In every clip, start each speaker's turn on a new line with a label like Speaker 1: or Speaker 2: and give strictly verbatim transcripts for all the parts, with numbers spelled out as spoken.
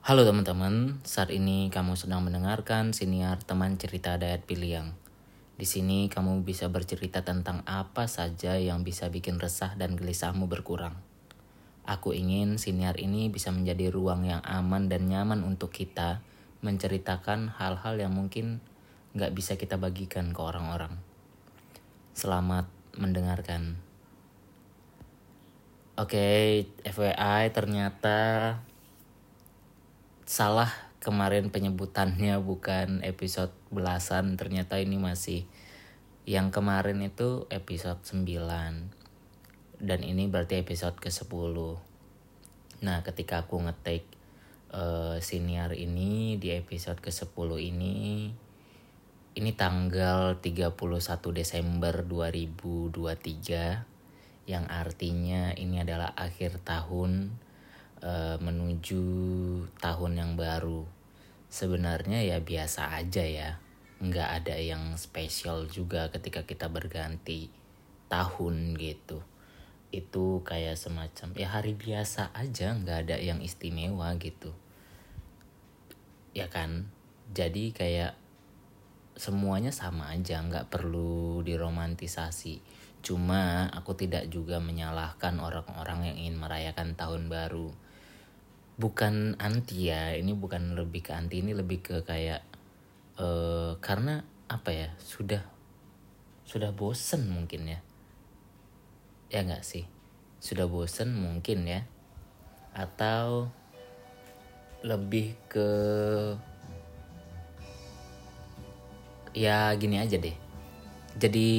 Speaker 1: Halo teman-teman, saat ini kamu sedang mendengarkan siniar teman cerita Dayat Piliang. Di sini kamu bisa bercerita tentang apa saja yang bisa bikin resah dan gelisahmu berkurang. Aku ingin siniar ini bisa menjadi ruang yang aman dan nyaman untuk kita menceritakan hal-hal yang mungkin gak bisa kita bagikan ke orang-orang. Selamat mendengarkan. Oke, F Y I ternyata salah kemarin penyebutannya, bukan episode belasan, ternyata ini masih yang kemarin itu episode sembilan dan ini berarti episode ke sepuluh. Nah, ketika aku nge-take uh, siniar ini di episode ke sepuluh ini ini tanggal tiga puluh satu Desember dua ribu dua puluh tiga, yang artinya ini adalah akhir tahun Uh, menuju tahun yang baru. Sebenarnya ya biasa aja ya, nggak ada yang spesial juga ketika kita berganti tahun gitu. Itu kayak semacam ya hari biasa aja, nggak ada yang istimewa gitu, ya kan. Jadi kayak semuanya sama aja, nggak perlu diromantisasi. Cuma aku tidak juga menyalahkan orang-orang yang ingin merayakan tahun baru. Bukan anti ya, ini bukan lebih ke anti, ini lebih ke kayak uh, karena apa ya, sudah sudah bosen mungkin ya, ya nggak sih, sudah bosen mungkin ya, atau lebih ke ya gini aja deh, jadi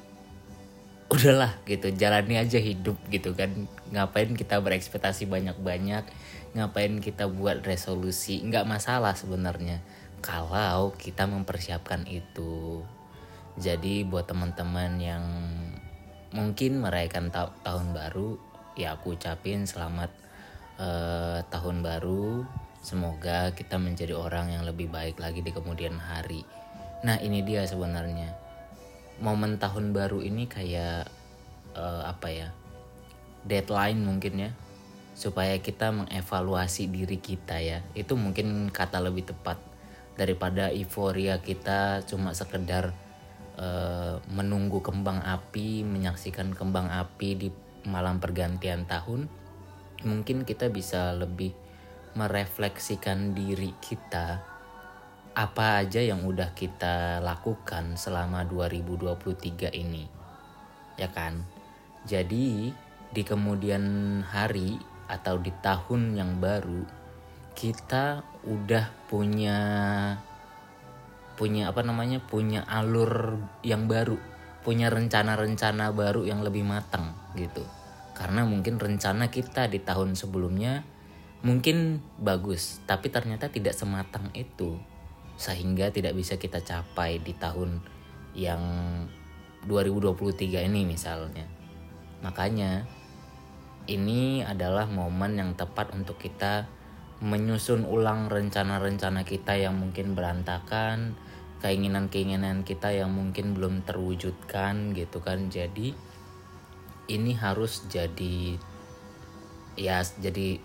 Speaker 1: udahlah gitu, jalani aja hidup gitu kan. Ngapain kita berekspektasi banyak-banyak, ngapain kita buat resolusi, nggak masalah sebenarnya kalau kita mempersiapkan itu. Jadi buat teman-teman yang mungkin merayakan ta- tahun baru, ya aku ucapin selamat uh, tahun baru. Semoga kita menjadi orang yang lebih baik lagi di kemudian hari. Nah, ini dia sebenarnya momen tahun baru ini kayak uh, apa ya, deadline mungkin ya, supaya kita mengevaluasi diri kita ya. Itu mungkin kata lebih tepat daripada euforia kita cuma sekedar uh, menunggu kembang api, menyaksikan kembang api di malam pergantian tahun. Mungkin kita bisa lebih merefleksikan diri kita, apa aja yang udah kita lakukan selama dua ribu dua puluh tiga ini, ya kan? Jadi di kemudian hari atau di tahun yang baru, kita udah punya punya apa namanya punya alur yang baru, punya rencana-rencana baru yang lebih matang gitu. Karena mungkin rencana kita di tahun sebelumnya mungkin bagus, tapi ternyata tidak sematang itu, sehingga tidak bisa kita capai di tahun yang dua ribu dua puluh tiga ini misalnya. Makanya ini adalah momen yang tepat untuk kita menyusun ulang rencana-rencana kita yang mungkin berantakan, keinginan-keinginan kita yang mungkin belum terwujudkan gitu kan. Jadi ini harus jadi ya jadi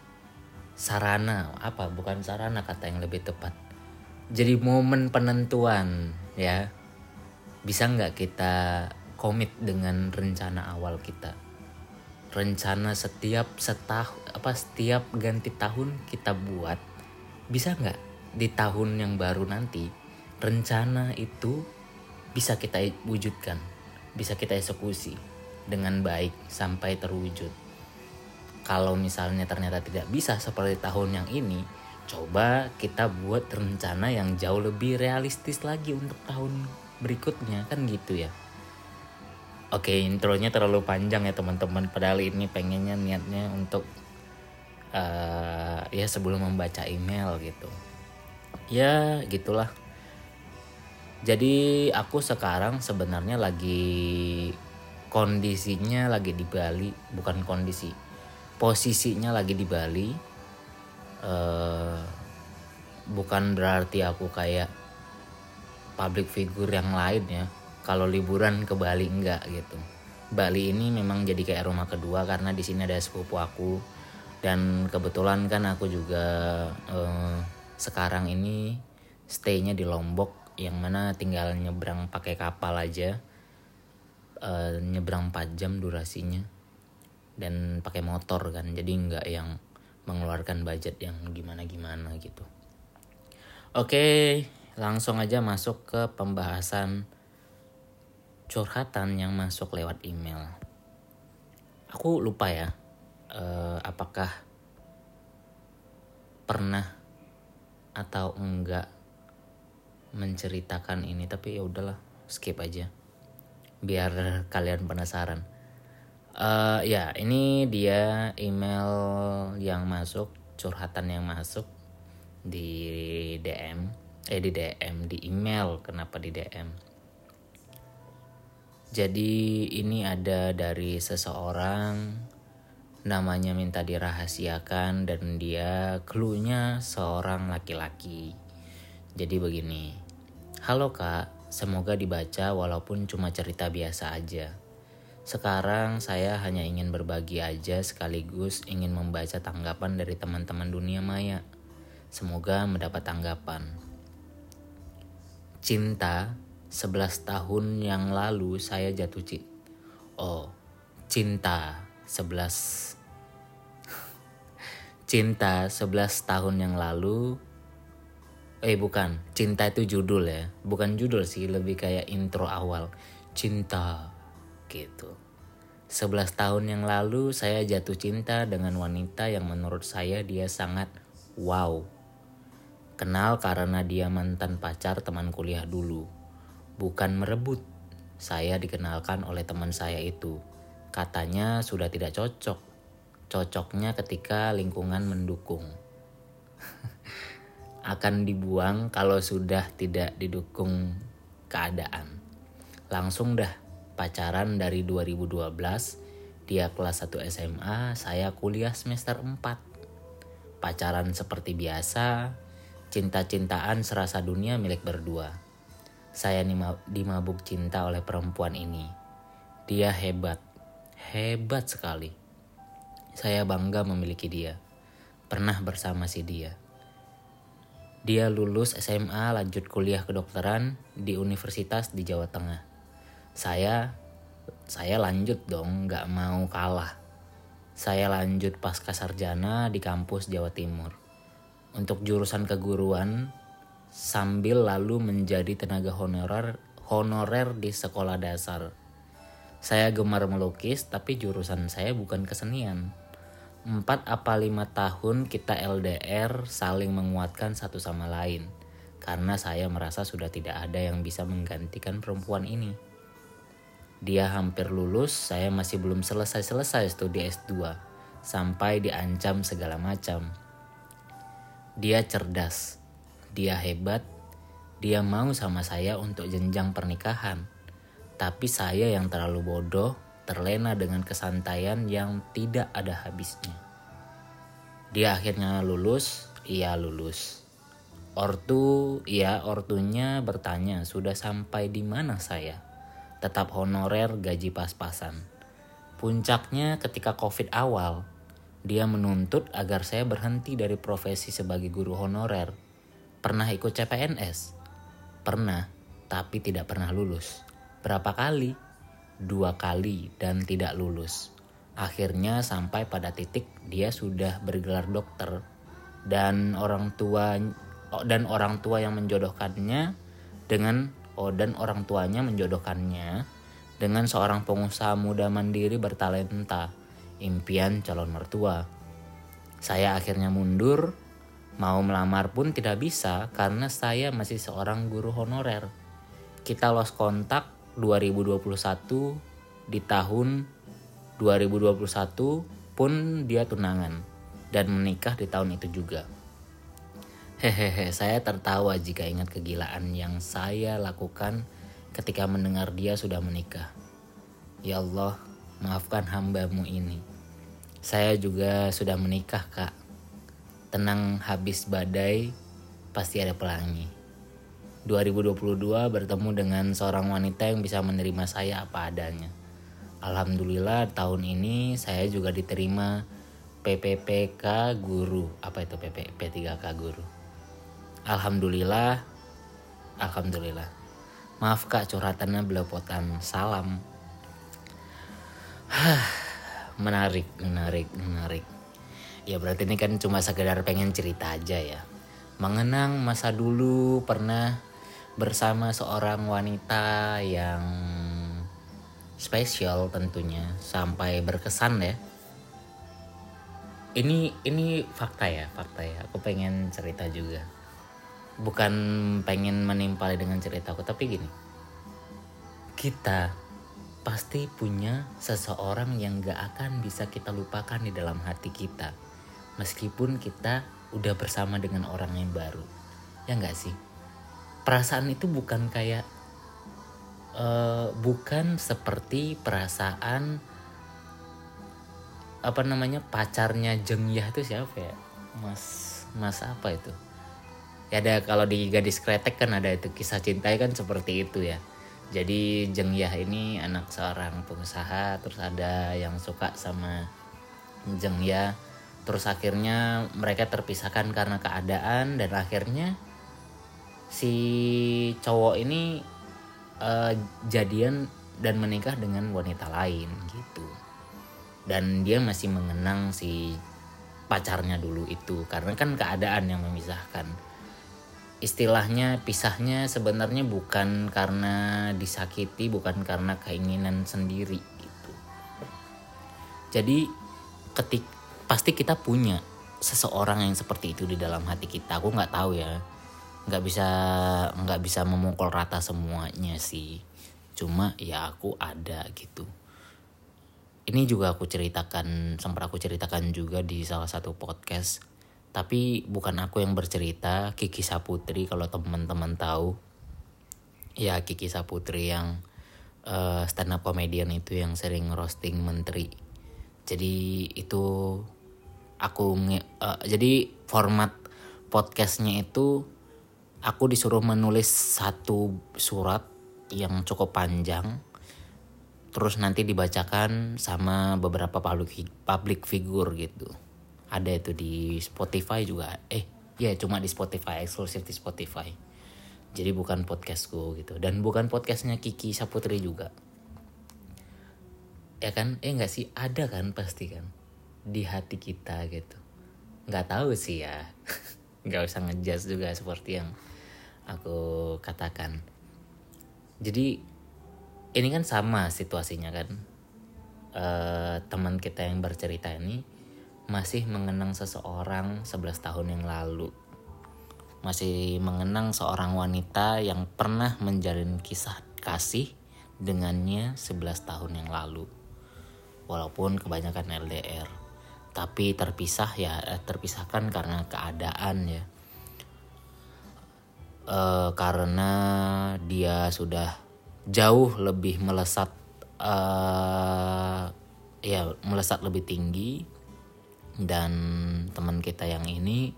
Speaker 1: sarana, apa bukan sarana, kata yang lebih tepat, jadi momen penentuan ya. Bisa nggak kita komit dengan rencana awal kita, rencana setiap setahun apa setiap ganti tahun kita buat. Bisa nggak di tahun yang baru nanti rencana itu bisa kita wujudkan, bisa kita eksekusi dengan baik sampai terwujud. Kalau misalnya ternyata tidak bisa seperti tahun yang ini, coba kita buat rencana yang jauh lebih realistis lagi untuk tahun berikutnya, kan gitu ya. Oke, intronya terlalu panjang ya teman-teman, padahal ini pengennya niatnya untuk uh, ya sebelum membaca email gitu. Ya gitulah. Jadi aku sekarang sebenarnya lagi kondisinya lagi di Bali, bukan kondisi, posisinya lagi di Bali. Uh, bukan berarti aku kayak public figure yang lain ya. Kalau liburan ke Bali enggak gitu. Bali ini memang jadi kayak rumah kedua karena di sini ada sepupu aku. Dan kebetulan kan aku juga eh, sekarang ini stay-nya di Lombok, yang mana tinggal nyebrang pakai kapal aja, eh, nyebrang empat jam durasinya, dan pakai motor kan, jadi nggak yang mengeluarkan budget yang gimana-gimana gitu. Oke, langsung aja masuk ke pembahasan curhatan yang masuk lewat email. Aku lupa ya, eh, apakah pernah atau enggak menceritakan ini, tapi ya udahlah, skip aja biar kalian penasaran. Uh, ya ini dia email yang masuk, curhatan yang masuk di D M, eh di D M, di email. Kenapa di D M? Jadi ini ada dari seseorang, namanya minta dirahasiakan, dan dia cluenya seorang laki-laki. Jadi begini, halo kak, semoga dibaca walaupun cuma cerita biasa aja. Sekarang saya hanya ingin berbagi aja, sekaligus ingin membaca tanggapan dari teman-teman dunia maya. Semoga mendapat tanggapan. Cinta, sebelas tahun yang lalu saya jatuh cinta. Oh, cinta sebelas Cinta sebelas tahun yang lalu. Eh bukan, cinta itu judul ya. Bukan judul sih, lebih kayak intro awal. Cinta gitu. sebelas tahun yang lalu saya jatuh cinta dengan wanita yang menurut saya dia sangat wow. Kenal karena dia mantan pacar teman kuliah dulu. Bukan merebut. Saya dikenalkan oleh teman saya itu. Katanya sudah tidak cocok. Cocoknya ketika lingkungan mendukung. Akan dibuang kalau sudah tidak didukung keadaan. Langsung dah pacaran dari dua ribu dua belas, dia kelas satu S M A, saya kuliah semester empat. Pacaran seperti biasa, cinta-cintaan serasa dunia milik berdua. Saya dimabuk cinta oleh perempuan ini. Dia hebat, hebat sekali. Saya bangga memiliki dia. Pernah bersama si dia. Dia lulus S M A, lanjut kuliah kedokteran di universitas di Jawa Tengah. Saya, saya lanjut dong, gak mau kalah. Saya lanjut pasca sarjana di kampus Jawa Timur. Untuk jurusan keguruan, sambil lalu menjadi tenaga honorer, honorer di sekolah dasar. Saya gemar melukis, tapi jurusan saya bukan kesenian. Empat apa lima tahun kita L D R, saling menguatkan satu sama lain. Karena saya merasa sudah tidak ada yang bisa menggantikan perempuan ini. Dia hampir lulus, saya masih belum selesai-selesai studi S dua. Sampai diancam segala macam. Dia cerdas, dia hebat, dia mau sama saya untuk jenjang pernikahan. Tapi saya yang terlalu bodoh, terlena dengan kesantaian yang tidak ada habisnya. Dia akhirnya lulus, iya lulus. Ortu, iya ortunya bertanya, sudah sampai di mana saya? Tetap honorer, gaji pas-pasan. Puncaknya ketika Covid awal, dia menuntut agar saya berhenti dari profesi sebagai guru honorer. Pernah ikut C P N S? Pernah, tapi tidak pernah lulus. Berapa kali? Dua kali dan tidak lulus. Akhirnya sampai pada titik dia sudah bergelar dokter dan orang tua dan orang tua yang menjodohkannya dengan Oh, dan orang tuanya menjodohkannya dengan seorang pengusaha muda mandiri bertalenta, impian calon mertua. Saya akhirnya mundur, mau melamar pun tidak bisa karena saya masih seorang guru honorer. Kita lost kontak dua ribu dua puluh satu, di tahun dua ribu dua puluh satu pun dia tunangan dan menikah di tahun itu juga. Hehehe, saya tertawa jika ingat kegilaan yang saya lakukan ketika mendengar dia sudah menikah. Ya Allah, maafkan hambamu ini. Saya juga sudah menikah, Kak. Tenang, habis badai, pasti ada pelangi. dua ribu dua puluh dua bertemu dengan seorang wanita yang bisa menerima saya apa adanya. Alhamdulillah tahun ini saya juga diterima P P P K guru. Apa itu P P P tiga K guru? Alhamdulillah. Alhamdulillah. Maaf Kak, curhatannya belepotan. Salam. menarik, menarik, menarik. Ya berarti ini kan cuma sekedar pengen cerita aja ya. Mengenang masa dulu pernah bersama seorang wanita yang spesial tentunya, sampai berkesan ya. Ini ini fakta ya, fakta ya. Aku pengen cerita juga. Bukan pengen menimpali dengan ceritaku, tapi gini. Kita pasti punya seseorang yang gak akan bisa kita lupakan di dalam hati kita. Meskipun kita udah bersama dengan orang yang baru. Ya gak sih? Perasaan itu bukan kayak uh, bukan seperti perasaan apa namanya pacarnya Jeng Yah itu siapa ya? Mas Mas apa itu? Ya ada, kalau di Gadis Kretek kan ada itu kisah cinta kan seperti itu ya. Jadi Jeng Yah ini anak seorang pengusaha, terus ada yang suka sama Jeng Yah. Terus akhirnya mereka terpisahkan karena keadaan, dan akhirnya si cowok ini uh, jadian dan menikah dengan wanita lain gitu. Dan dia masih mengenang si pacarnya dulu itu, karena kan keadaan yang memisahkan. Istilahnya pisahnya sebenarnya bukan karena disakiti, bukan karena keinginan sendiri gitu. Jadi ketik pasti kita punya seseorang yang seperti itu di dalam hati kita. Aku nggak tahu ya, nggak bisa nggak bisa memukul rata semuanya sih. Cuma ya aku ada gitu. Ini juga aku ceritakan, sempat aku ceritakan juga di salah satu podcast. Tapi bukan aku yang bercerita, Kiki Saputri kalau teman-teman tahu. Ya Kiki Saputri yang uh, stand up comedian itu yang sering roasting menteri. Jadi itu aku uh, jadi format podcastnya itu aku disuruh menulis satu surat yang cukup panjang. Terus nanti dibacakan sama beberapa public public figure gitu. Ada itu di Spotify juga. Eh, ya cuma di Spotify, eksklusif di Spotify. Jadi bukan podcastku gitu. Dan bukan podcastnya Kiki Saputri juga. Ya kan? Eh enggak sih, ada kan pasti kan. Di hati kita gitu. Enggak tahu sih ya. Enggak usah ngejudge juga seperti yang aku katakan. Jadi ini kan sama situasinya kan. Uh, teman kita yang bercerita ini masih mengenang seseorang sebelas tahun yang lalu. Masih mengenang seorang wanita yang pernah menjalin kisah kasih dengannya sebelas tahun yang lalu. Walaupun kebanyakan L D R. Tapi terpisah ya, terpisahkan karena keadaan ya. E, karena dia sudah jauh lebih melesat, e, ya melesat lebih tinggi. Dan teman kita yang ini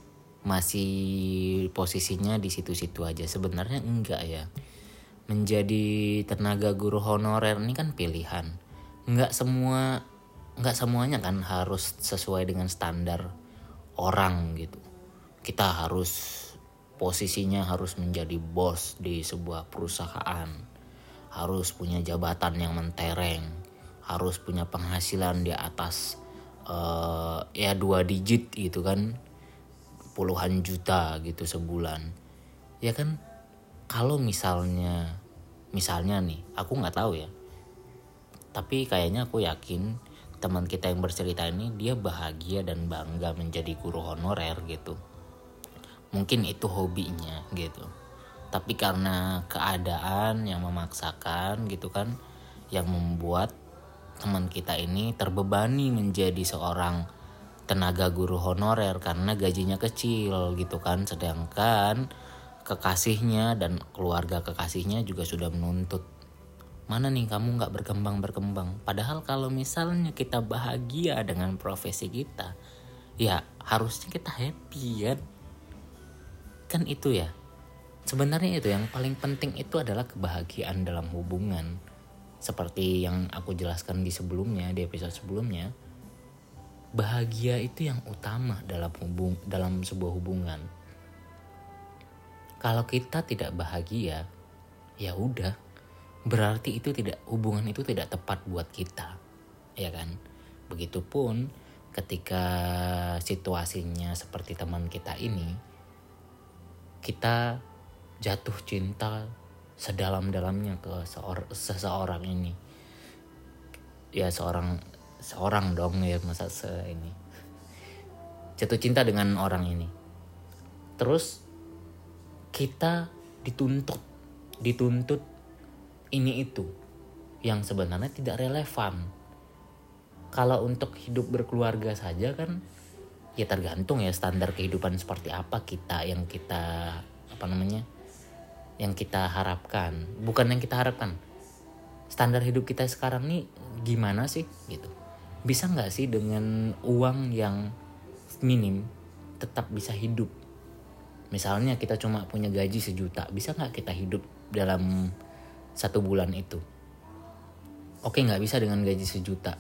Speaker 1: masih posisinya di situ-situ aja. Sebenarnya enggak ya. Menjadi tenaga guru honorer ini kan pilihan. Enggak semua enggak semuanya kan harus sesuai dengan standar orang gitu. Kita harus posisinya harus menjadi bos di sebuah perusahaan. Harus punya jabatan yang mentereng. Harus punya penghasilan di atas Uh, ya dua digit gitu kan, puluhan juta gitu sebulan. Ya kan, kalau misalnya misalnya nih, aku nggak tahu ya, tapi kayaknya aku yakin teman kita yang bercerita ini dia bahagia dan bangga menjadi guru honorer gitu. Mungkin itu hobinya gitu, tapi karena keadaan yang memaksakan gitu kan, yang membuat teman kita ini terbebani menjadi seorang tenaga guru honorer karena gajinya kecil gitu kan. Sedangkan kekasihnya dan keluarga kekasihnya juga sudah menuntut, mana nih kamu gak berkembang-berkembang. Padahal kalau misalnya kita bahagia dengan profesi kita, ya harusnya kita happy kan. Kan itu ya. Sebenarnya itu yang paling penting itu adalah kebahagiaan dalam hubungan. Seperti yang aku jelaskan di sebelumnya, di episode sebelumnya, bahagia itu yang utama dalam hubung dalam sebuah hubungan. Kalau kita tidak bahagia, ya udah, berarti itu tidak hubungan itu tidak tepat buat kita, ya kan? Begitupun ketika situasinya seperti teman kita ini, kita jatuh cinta sedalam-dalamnya ke seor- seseorang ini, ya seorang seorang dong ya, masa se ini jatuh cinta dengan orang ini, terus kita dituntut dituntut ini itu yang sebenarnya tidak relevan. Kalau untuk hidup berkeluarga saja kan ya tergantung ya standar kehidupan seperti apa kita yang kita apa namanya yang kita harapkan, bukan yang kita harapkan, standar hidup kita sekarang nih gimana sih gitu. Bisa nggak sih dengan uang yang minim tetap bisa hidup? Misalnya kita cuma punya gaji sejuta, bisa nggak kita hidup dalam satu bulan itu? Oke, nggak bisa dengan gaji sejuta.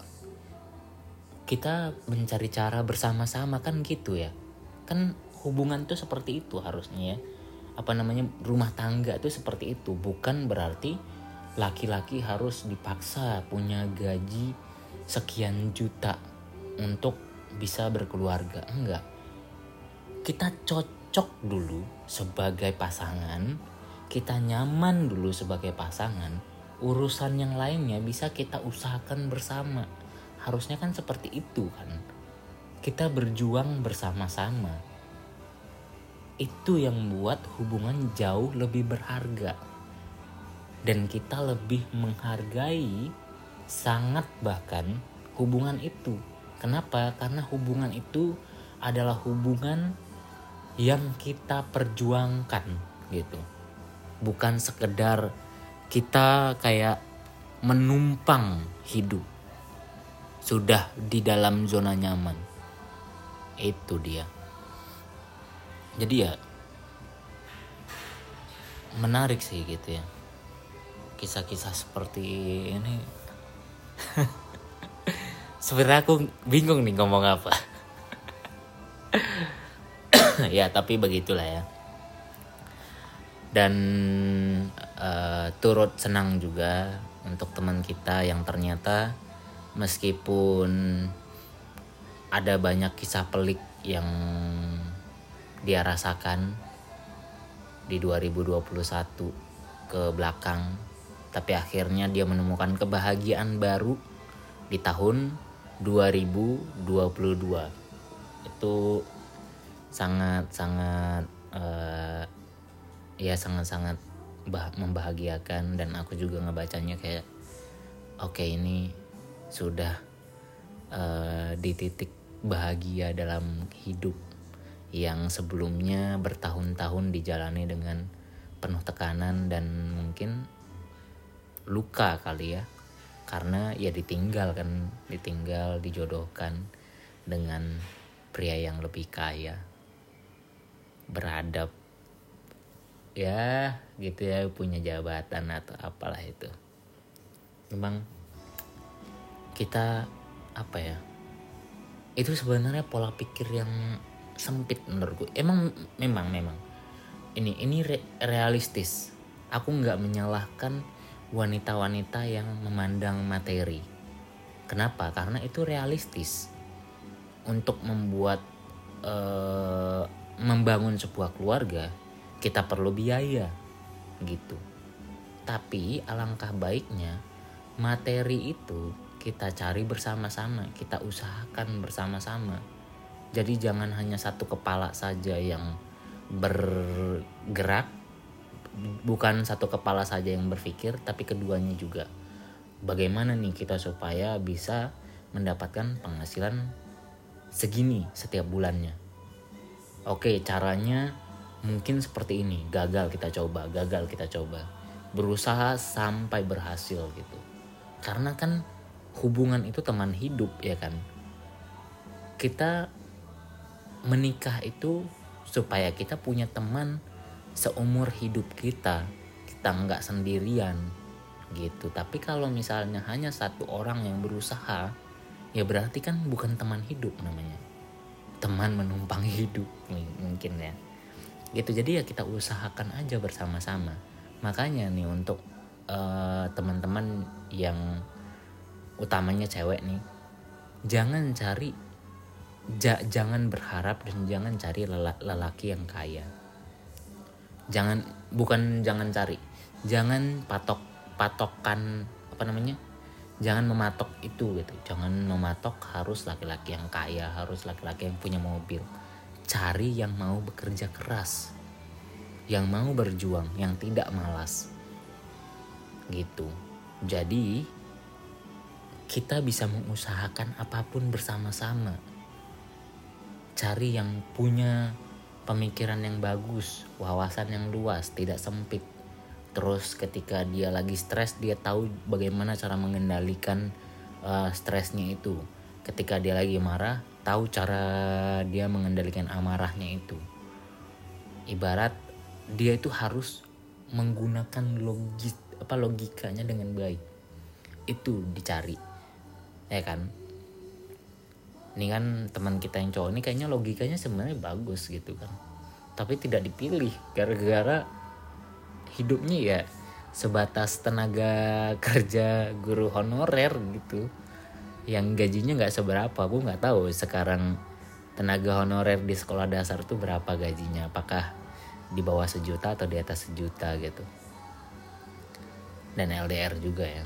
Speaker 1: Kita mencari cara bersama-sama kan gitu ya. Kan hubungan tuh seperti itu harusnya ya. Apa namanya, rumah tangga tuh seperti itu. Bukan berarti laki-laki harus dipaksa punya gaji sekian juta untuk bisa berkeluarga. Enggak. Kita cocok cocok dulu sebagai pasangan, kita nyaman dulu sebagai pasangan, urusan yang lainnya bisa kita usahakan bersama. Harusnya kan seperti itu kan. Kita berjuang bersama-sama. Itu yang membuat hubungan jauh lebih berharga. Dan kita lebih menghargai sangat bahkan hubungan itu. Kenapa? Karena hubungan itu adalah hubungan yang kita perjuangkan gitu. Bukan sekedar kita kayak menumpang hidup sudah di dalam zona nyaman. Itu dia. Jadi ya menarik sih gitu ya, kisah-kisah seperti ini. Sebenarnya aku bingung nih ngomong apa. Ya tapi begitulah ya. Dan uh, turut senang juga untuk teman kita yang ternyata meskipun ada banyak kisah pelik yang dia rasakan di dua ribu dua puluh satu ke belakang, tapi akhirnya dia menemukan kebahagiaan baru di tahun dua ribu dua puluh dua. Itu sangat-sangat uh, ya sangat-sangat bah- membahagiakan. Dan aku juga ngebacanya kayak oke, okay, ini sudah uh, di titik bahagia dalam hidup yang sebelumnya bertahun-tahun dijalani dengan penuh tekanan dan mungkin luka kali ya, karena ya ditinggal kan ditinggal dijodohkan dengan pria yang lebih kaya, beradab ya gitu ya, punya jabatan atau apalah itu. Memang kita apa ya, itu sebenarnya pola pikir yang sempit menurutku. Emang memang memang ini ini re- realistis. Aku nggak menyalahkan wanita-wanita yang memandang materi. Kenapa? Karena itu realistis. Untuk membuat uh, membangun sebuah keluarga, kita perlu biaya gitu. Tapi alangkah baiknya materi itu kita cari bersama-sama, kita usahakan bersama-sama. Jadi jangan hanya satu kepala saja yang bergerak, bukan satu kepala saja yang berpikir, tapi keduanya juga. Bagaimana nih kita supaya bisa mendapatkan penghasilan segini setiap bulannya? Oke, caranya mungkin seperti ini. Gagal kita coba, gagal kita coba. Berusaha sampai berhasil gitu. Karena kan hubungan itu teman hidup ya kan. Kita menikah itu supaya kita punya teman seumur hidup kita. Kita nggak sendirian gitu. Tapi kalau misalnya hanya satu orang yang berusaha, ya berarti kan bukan teman hidup namanya, teman menumpang hidup mungkin ya gitu. Jadi ya kita usahakan aja bersama-sama. Makanya nih untuk uh, teman-teman yang utamanya cewek nih, jangan cari ja, jangan berharap dan jangan cari lela, lelaki yang kaya. Jangan bukan jangan cari, jangan patok patokan apa namanya? Jangan mematok itu gitu. Jangan mematok harus laki-laki yang kaya, harus laki-laki yang punya mobil. Cari yang mau bekerja keras, yang mau berjuang, yang tidak malas. Gitu. Jadi kita bisa mengusahakan apapun bersama-sama. Cari yang punya pemikiran yang bagus, wawasan yang luas, tidak sempit. Terus ketika dia lagi stres, dia tahu bagaimana cara mengendalikan uh, stresnya itu. Ketika dia lagi marah, tahu cara dia mengendalikan amarahnya itu. Ibarat dia itu harus menggunakan logis apa logikanya dengan baik. Itu dicari. Ya kan? Ini kan teman kita yang cowok ini kayaknya logikanya sebenarnya bagus gitu kan. Tapi tidak dipilih gara-gara hidupnya ya sebatas tenaga kerja guru honorer gitu, yang gajinya nggak seberapa. Aku nggak tahu sekarang tenaga honorer di sekolah dasar tuh berapa gajinya, apakah di bawah sejuta atau di atas sejuta gitu. Dan L D R juga ya.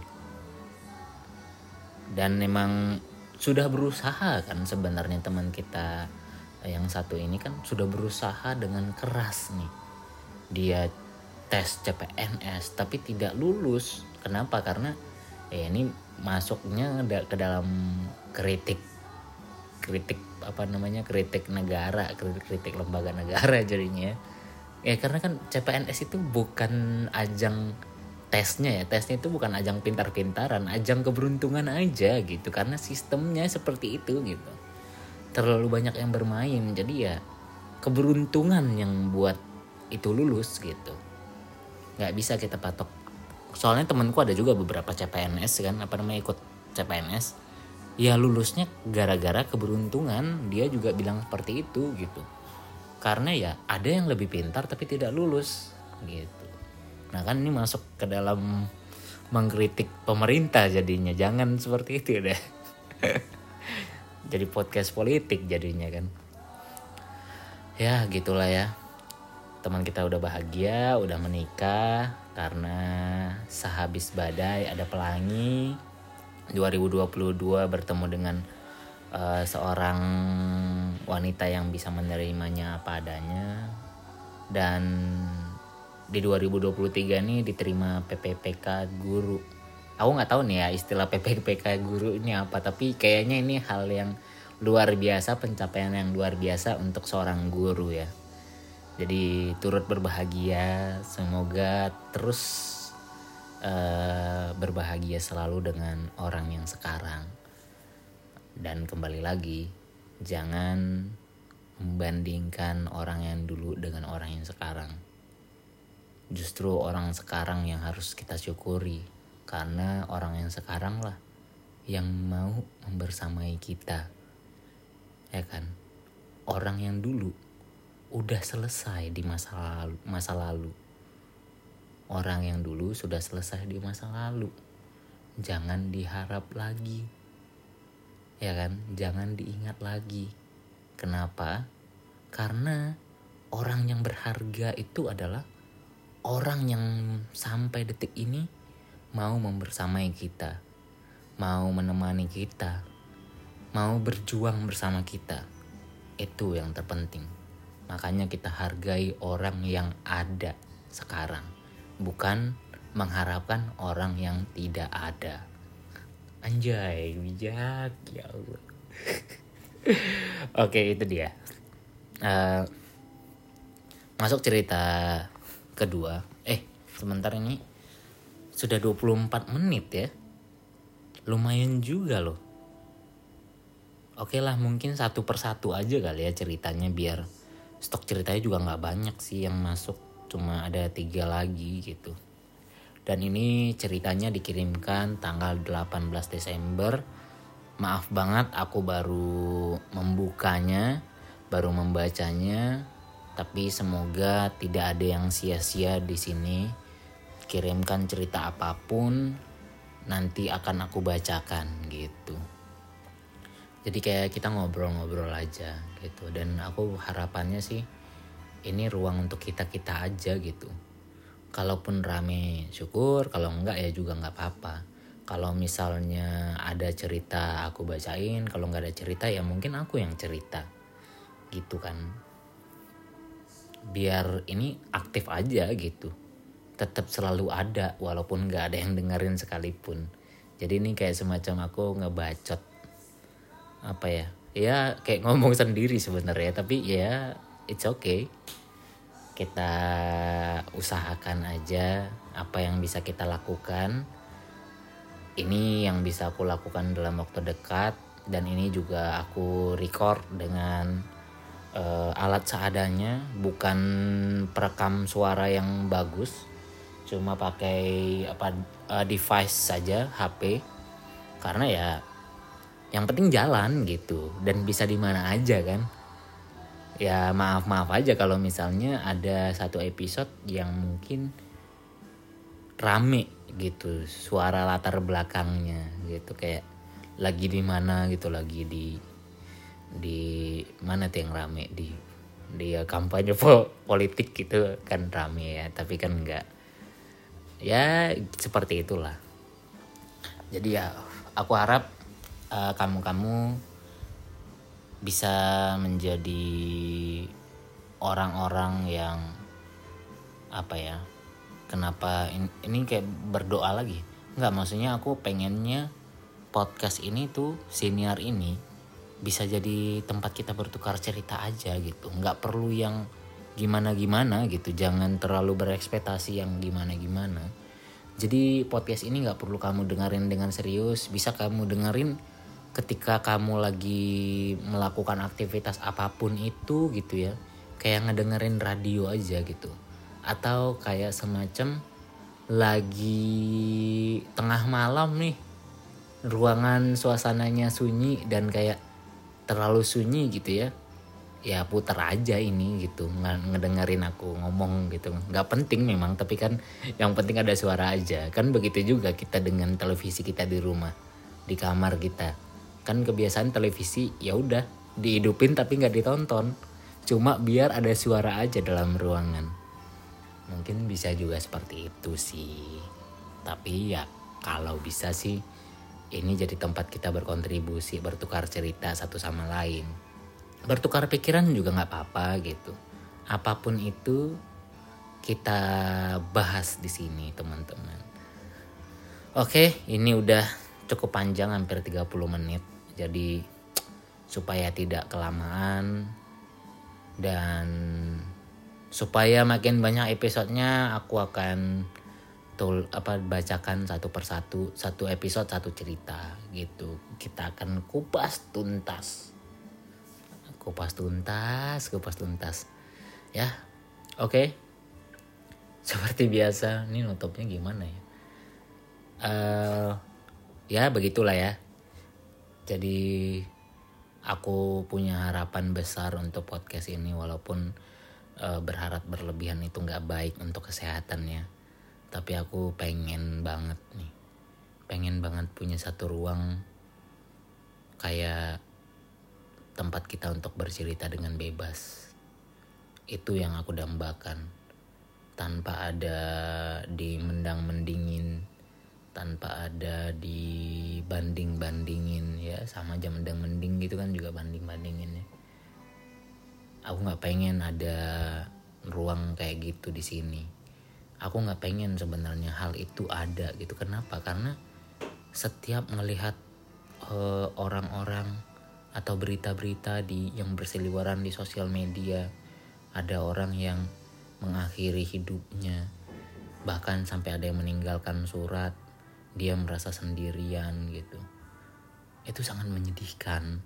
Speaker 1: Dan memang sudah berusaha kan sebenarnya teman kita yang satu ini kan sudah berusaha dengan keras nih. Dia tes C P N S tapi tidak lulus. Kenapa? Karena eh ini masuknya ke dalam kritik kritik apa namanya kritik negara, kritik, kritik lembaga negara jadinya. Ya karena kan C P N S itu bukan ajang tesnya ya, tesnya itu bukan ajang pintar-pintaran, ajang keberuntungan aja gitu. Karena sistemnya seperti itu gitu. Terlalu banyak yang bermain, jadi ya keberuntungan yang buat itu lulus gitu. Nggak bisa kita patok. Soalnya temanku ada juga beberapa C P N S kan, apa namanya ikut C P N S. Ya lulusnya gara-gara keberuntungan, dia juga bilang seperti itu gitu. Karena ya ada yang lebih pintar tapi tidak lulus gitu. Nah kan ini masuk ke dalam mengkritik pemerintah jadinya. Jangan seperti itu deh. Jadi podcast politik jadinya kan. Ya gitulah ya. Teman kita udah bahagia, udah menikah karena sehabis badai ada pelangi. dua ribu dua puluh dua bertemu dengan uh, seorang wanita yang bisa menerimanya apa adanya. Dan di dua ribu dua puluh tiga nih diterima P P P K guru. Aku nggak tahu nih ya istilah P P P K guru ini apa, tapi kayaknya ini hal yang luar biasa, pencapaian yang luar biasa untuk seorang guru ya. Jadi turut berbahagia, semoga terus uh, berbahagia selalu dengan orang yang sekarang. Dan kembali lagi, jangan membandingkan orang yang dulu dengan orang yang sekarang. Justru orang sekarang yang harus kita syukuri, karena orang yang sekarang lah yang mau membersamai kita. Ya kan? Orang yang dulu udah selesai di masa lalu, masa lalu. Orang yang dulu sudah selesai di masa lalu. Jangan diharap lagi. Ya kan? Jangan diingat lagi. Kenapa? Karena orang yang berharga itu adalah orang yang sampai detik ini mau membersamai kita, mau menemani kita, mau berjuang bersama kita. Itu yang terpenting. Makanya kita hargai orang yang ada sekarang, bukan mengharapkan orang yang tidak ada. Anjay, bijak ya Allah. Oke, itu dia. Uh, masuk cerita kedua. Eh, sebentar ini sudah dua puluh empat menit ya. Lumayan juga loh. Oke lah, mungkin satu persatu aja kali ya ceritanya, biar stok ceritanya juga gak banyak sih yang masuk, cuma ada tiga lagi gitu. Dan ini ceritanya dikirimkan tanggal delapan belas Desember maaf banget aku baru membukanya, baru membacanya, tapi semoga tidak ada yang sia-sia di sini. Kirimkan cerita apapun, nanti akan aku bacakan gitu. Jadi kayak kita ngobrol-ngobrol aja gitu. Dan aku harapannya sih ini ruang untuk kita-kita aja gitu. Kalaupun rame syukur, kalau enggak ya juga enggak apa-apa. Kalau misalnya ada cerita aku bacain, kalau enggak ada cerita ya mungkin aku yang cerita. Gitu kan. Biar ini aktif aja gitu. Tetap selalu ada walaupun enggak ada yang dengerin sekalipun. Jadi ini kayak semacam aku ngebacot. Apa ya? Ya kayak ngomong sendiri sebenarnya, tapi ya it's okay. Kita usahakan aja apa yang bisa kita lakukan. Ini yang bisa aku lakukan dalam waktu dekat, dan ini juga aku record dengan uh, alat seadanya, bukan perekam suara yang bagus, cuma pakai apa uh, device saja, H P. Karena ya yang penting jalan gitu, dan bisa di mana aja kan. Ya maaf-maaf aja kalau misalnya ada satu episode yang mungkin rame gitu suara latar belakangnya gitu, kayak lagi di mana gitu, lagi di di mana tuh yang rame di di kampanye politik gitu kan rame ya, tapi kan enggak. Ya seperti itulah. Jadi ya aku harap uh, kamu-kamu bisa menjadi orang-orang yang apa ya, kenapa ini, ini kayak berdoa lagi, nggak, maksudnya aku pengennya podcast ini tuh, siniar ini bisa jadi tempat kita bertukar cerita aja gitu, nggak perlu yang gimana-gimana gitu, jangan terlalu berekspektasi yang gimana-gimana. Jadi podcast ini nggak perlu kamu dengerin dengan serius, bisa kamu dengerin ketika kamu lagi melakukan aktivitas apapun itu gitu ya, kayak ngedengerin radio aja gitu, atau kayak semacam lagi tengah malam nih, ruangan suasananya sunyi dan kayak terlalu sunyi gitu ya, ya putar aja ini gitu, ngedengerin aku ngomong gitu. Nggak penting memang, tapi kan yang penting ada suara aja kan. Begitu juga kita dengan televisi kita di rumah, di kamar kita kan kebiasaan televisi ya udah dihidupin tapi nggak ditonton, cuma biar ada suara aja dalam ruangan. Mungkin bisa juga seperti itu sih, tapi ya kalau bisa sih ini jadi tempat kita berkontribusi, bertukar cerita satu sama lain, bertukar pikiran juga nggak apa-apa gitu. Apapun itu kita bahas di sini teman-teman. Oke, ini udah cukup panjang, hampir tiga puluh menit. Jadi supaya tidak kelamaan dan supaya makin banyak episodenya, aku akan tul apa bacakan satu persatu, satu episode satu cerita gitu. Kita akan kupas tuntas. Kupas tuntas, kupas tuntas. Ya. Oke. Okay. Seperti biasa, ini nutupnya gimana ya? Uh, ya begitulah ya. Jadi aku punya harapan besar untuk podcast ini, walaupun uh, berharap berlebihan itu nggak baik untuk kesehatannya. Tapi aku pengen banget nih, pengen banget punya satu ruang kayak tempat kita untuk bercerita dengan bebas. Itu yang aku dambakan, tanpa ada dimendang-mendingin, tanpa ada dibanding-bandingin ya, sama aja mendang-mending gitu kan, juga banding-bandingin ya. Aku nggak pengen ada ruang kayak gitu di sini. Aku nggak pengen sebenarnya hal itu ada gitu. Kenapa? Karena setiap melihat uh, orang-orang atau berita-berita di yang berseliweran di sosial media, ada orang yang mengakhiri hidupnya, bahkan sampai ada yang meninggalkan surat, dia merasa sendirian gitu. Itu sangat menyedihkan.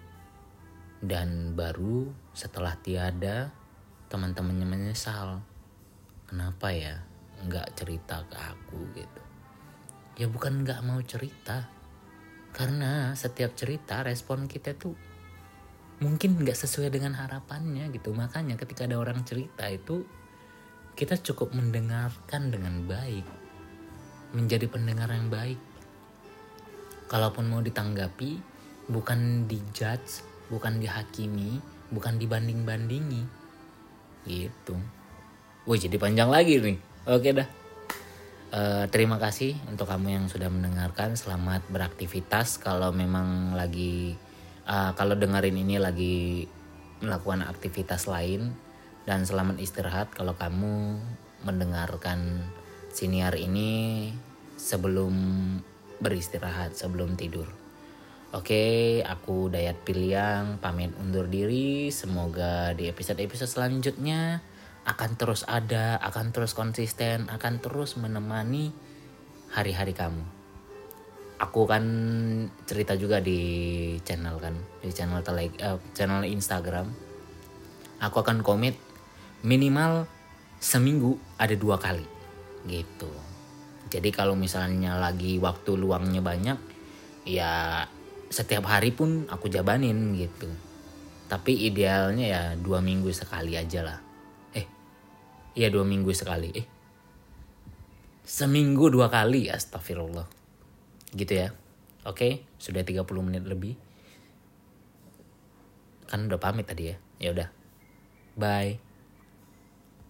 Speaker 1: Dan baru setelah tiada, teman-temannya menyesal. Kenapa ya nggak cerita ke aku gitu? Ya bukan nggak mau cerita, Karena setiap cerita respon kita tuh mungkin gak sesuai dengan harapannya gitu. Makanya ketika ada orang cerita itu kita cukup mendengarkan dengan baik, menjadi pendengar yang baik. Kalaupun mau ditanggapi, bukan dijudge, bukan dihakimi, bukan dibanding-bandingi gitu. Wih, jadi panjang lagi nih. Oke dah. Uh, terima kasih untuk kamu yang sudah mendengarkan. Selamat beraktivitas kalau memang lagi uh, kalau dengerin ini lagi melakukan aktivitas lain, dan selamat istirahat kalau kamu mendengarkan siniar ini sebelum beristirahat, sebelum tidur. Oke, aku Dayat Piliang pamit undur diri. Semoga di episode-episode selanjutnya akan terus ada, akan terus konsisten, akan terus menemani hari-hari kamu. Aku kan cerita juga di channel kan, di channel tele, uh, channel Instagram. Aku akan komit minimal seminggu ada dua kali gitu. Jadi kalau misalnya lagi waktu luangnya banyak, ya setiap hari pun aku jabanin gitu. Tapi idealnya ya dua minggu sekali aja lah. Iya dua minggu sekali. Eh, seminggu dua kali. Astagfirullah. Gitu ya. Oke, sudah tiga puluh menit lebih. Kan udah pamit tadi ya. Ya udah. Bye.